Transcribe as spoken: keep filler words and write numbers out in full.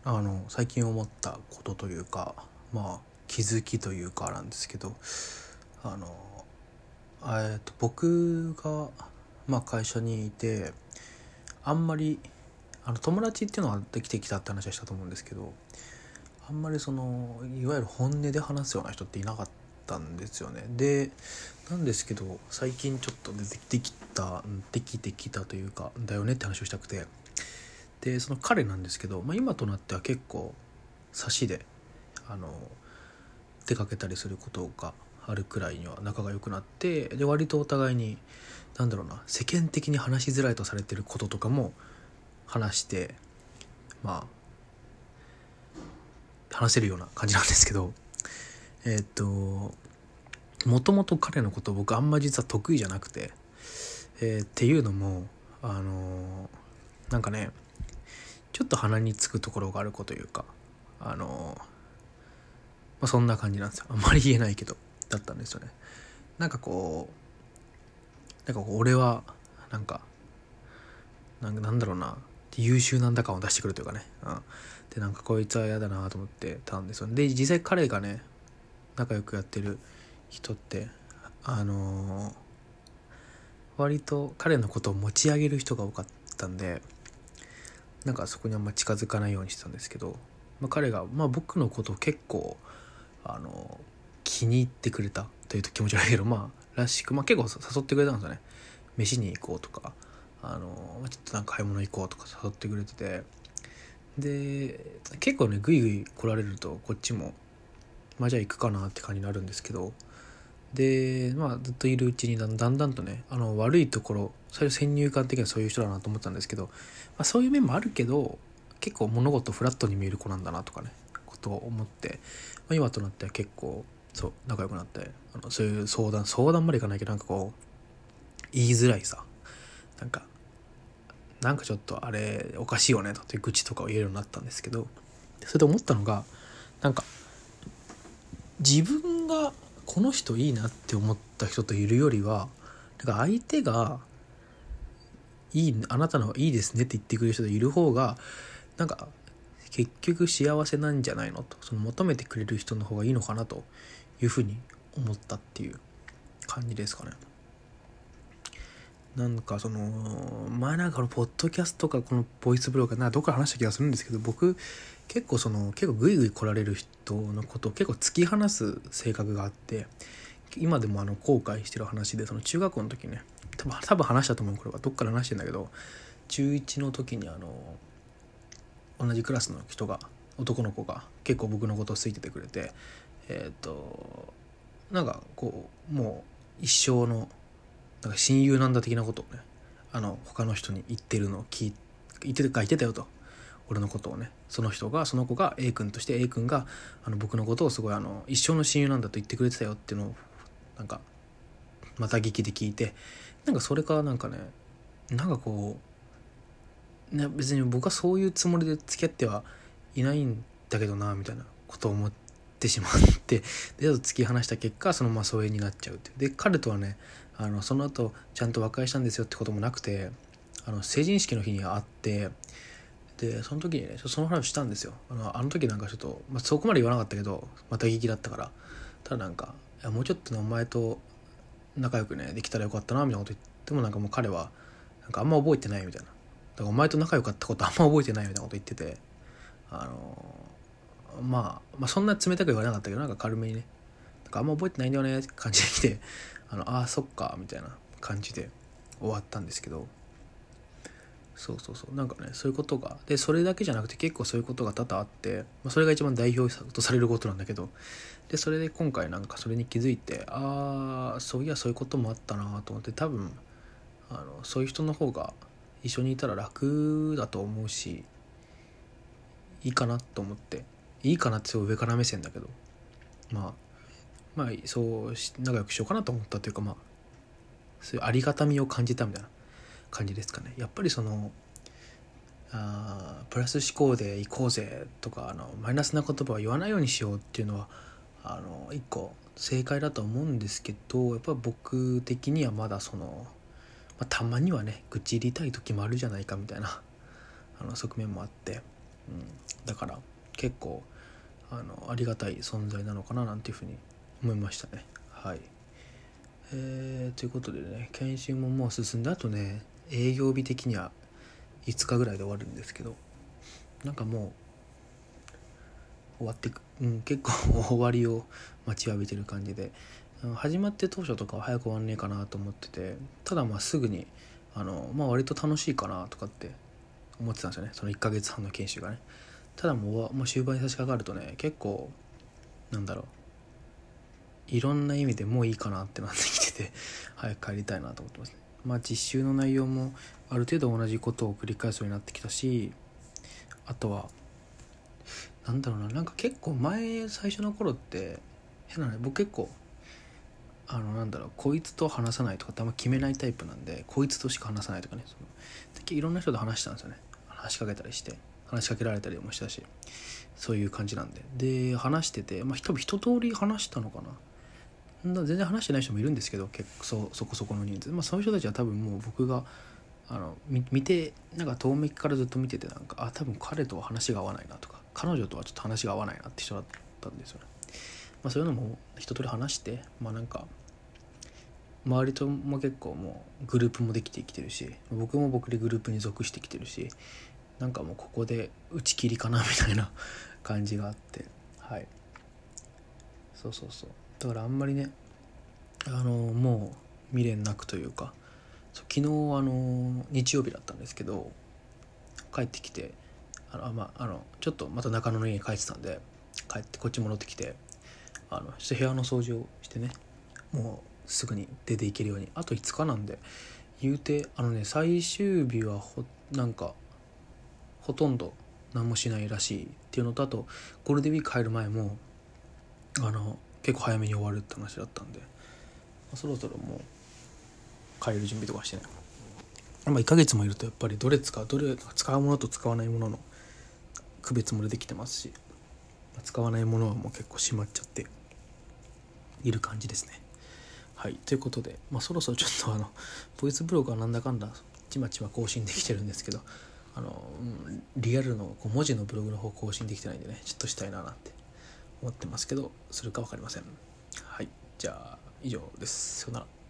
あの最近思ったことというか、まあ気づきというかなんですけど、あのえーと僕が、まあ、会社にいて、あんまりあの友達っていうのはできてきたって話はしたと思うんですけど、あんまりそのいわゆる本音で話すような人っていなかったんですよね。でなんですけど、最近ちょっと出てきたできてきたというかだよねって話をしたくて、でその彼なんですけど、まあ、今となっては結構差しであの出かけたりすることがあるくらいには仲が良くなって、で割とお互いになんだろうな世間的に話しづらいとされてることとかも話して、まあ話せるような感じなんですけど、えーっともともと彼のこと僕あんま実は得意じゃなくて、えーっていうのもあのなんかねちょっと鼻につくところがある子というか、あのまあ、そんな感じなんですよ。あんまり言えないけどだったんですよね。なんかこうなんかこう俺はなんかなんかなんだろうな優秀なんだ感を出してくるというかね、うん、でなんかこいつは嫌だなと思ってたんですよ。で実際彼がね仲良くやってる人ってあのー、割と彼のことを持ち上げる人が多かったんで、なんかそこにあんま近づかないようにしてたんですけど、まあ、彼が、まあ、僕のことを結構あの気に入ってくれたというと気持ち悪いけど、まあらしく、まあ、結構誘ってくれたんですよね。飯に行こうとか、あのちょっとなんか買い物行こうとか誘ってくれてて、で結構ねグイグイ来られるとこっちもまあじゃあ行くかなって感じになるんですけど、でまあずっといるうちにだんだんだんとね、あの悪いところ、最初先入観的にはそういう人だなと思ったんですけど、まあ、そういう面もあるけど結構物事フラットに見える子なんだなとかねことを思って、まあ、今となっては結構そう仲良くなって、あのそういう相談相談までいかないけど、なんかこう言いづらいさ、なんかなんかちょっとあれおかしいよねという愚痴とかを言えるようになったんですけど、それで思ったのが、なんか自分がこの人いいなって思った人といるよりは、なんか相手がいいあなたのいいですねって言ってくれる人といる方がなんか結局幸せなんじゃないのと、その求めてくれる人の方がいいのかなというふうに思ったっていう感じですかね。なんかその前なんかのポッドキャストとかこのボイスブログかなどっかで話した気がするんですけど、僕結構その結構グイグイ来られる人のことを結構突き放す性格があって、今でもあの後悔してる話で、その中学校の時ね、多分多分話したと思う、これはどっかで話してんだけど、中いちの時にあの同じクラスの人が男の子が結構僕のことを好いててくれて、えっとなんかこうもう一生のなんか親友なんだ的なことをね、あの他の人に言ってるのを聞い言ってた言ってたよと、俺のことをね、その人がその子が A 君として A 君があの僕のことをすごいあの一生の親友なんだと言ってくれてたよっていうのをなんかまた聞きで聞いて、なんかそれからなんかね、なんかこうね、別に僕はそういうつもりで付き合ってはいないんだけどなみたいなことを思ってしまってで突き放した結果、そのまま疎遠になっちゃうっていう。で彼とはね、あのその後ちゃんと和解したんですよってこともなくて、あの成人式の日に会って、でその時にねその話をしたんですよ。あのあの時なんかちょっと、まあ、そこまで言わなかったけどまた聞きだったから、ただなんかいやもうちょっとねお前と仲良くねできたらよかったなみたいなこと言っても、なんかもう彼はなんかあんま覚えてないみたいな、だからお前と仲良かったことあんま覚えてないみたいなこと言ってて、あのまあ、まあそんな冷たく言われなかったけど、なんか軽めにね、なんかあんま覚えてないんだよねって感じで来て、あのああそっかみたいな感じで終わったんですけど、そうそうそう、なんかねそういうことがで、それだけじゃなくて結構そういうことが多々あって、まあ、それが一番代表とされることなんだけど、でそれで今回なんかそれに気づいて、ああそういやそういうこともあったなと思って、多分あのそういう人の方が一緒にいたら楽だと思うし、いいかなと思って、いいかなってすごい上から目線だけど、まあまあそう仲良くしようかなと思ったというか、まあそういうありがたみを感じたみたいな感じですかね。やっぱりそのあプラス思考で行こうぜとか、あのマイナスな言葉は言わないようにしようっていうのはあの一個正解だと思うんですけど、やっぱり僕的にはまだその、まあ、たまにはね愚痴入りたい時もあるじゃないかみたいなあの側面もあって、うん、 だから結構あのありがたい存在なのかななんていうふうに思いましたね。はい。えー、ということでね、研修ももう進んで、あとね営業日的にはいつかぐらいで終わるんですけど、なんかもう終わってく、うん、結構終わりを待ちわびてる感じで、始まって当初とかは早く終わんねえかなと思ってて、ただまあすぐにあの、まあ、割と楽しいかなとかって思ってたんですよね、そのいっかげつはんの研修がね。ただもう、もう終盤に差し掛かるとね、結構なんだろう、いろんな意味でもういいかなってなってきてて早く帰りたいなと思ってますね。まあ実習の内容もある程度同じことを繰り返すようになってきたし、あとはなんだろうな、なんか結構前最初の頃って変なね、僕結構あのなんだろう、こいつと話さないとかってあんま決めないタイプなんで、こいつとしか話さないとかね、そのいろんな人と話したんですよね。話しかけたりして話しかけられたりもしたし、そういう感じなんで、で話してて、まあ多分一通り話したのかな。全然話してない人もいるんですけど、結構 そ, そこそこの人数、まあそういう人たちは多分もう僕があの見て、なんか遠目からずっと見てて、なんかあ多分彼とは話が合わないなとか、彼女とはちょっと話が合わないなって人だったんですよね。まあそういうのも一通り話して、まあなんか周りとも結構もうグループもできてきてるし、僕も僕でグループに属してきてるし、なんかもうここで打ち切りかなみたいな感じがあって、はい、そうそうそう、だからあんまりね、あのもう未練なくというか、昨日あの日曜日だったんですけど、帰ってきて、あの、まあ、あのちょっとまた中野の家に帰ってたんで、帰ってこっち戻ってきて、あのちょっと部屋の掃除をしてね、もうすぐに出ていけるように、あといつかなんで言うて、あのね最終日はほなんかほとんど何もしないらしいっていうのと、あとゴールデンウィーク入る前もあの結構早めに終わるって話だったんで、そろそろもう帰る準備とかしてね、まあ、いっかげつもいるとやっぱりどれ使うどれ使うものと使わないものの区別も出てきてますし、使わないものはもう結構閉まっちゃっている感じですね。はい、ということで、まあ、そろそろちょっとあのボイスブログはなんだかんだちまちま更新できてるんですけど、あの、うん、リアルのこう文字のブログの方更新できてないんでね、ちょっとしたいななんて思ってますけど、するか分かりません。はい、じゃあ以上です。さよなら。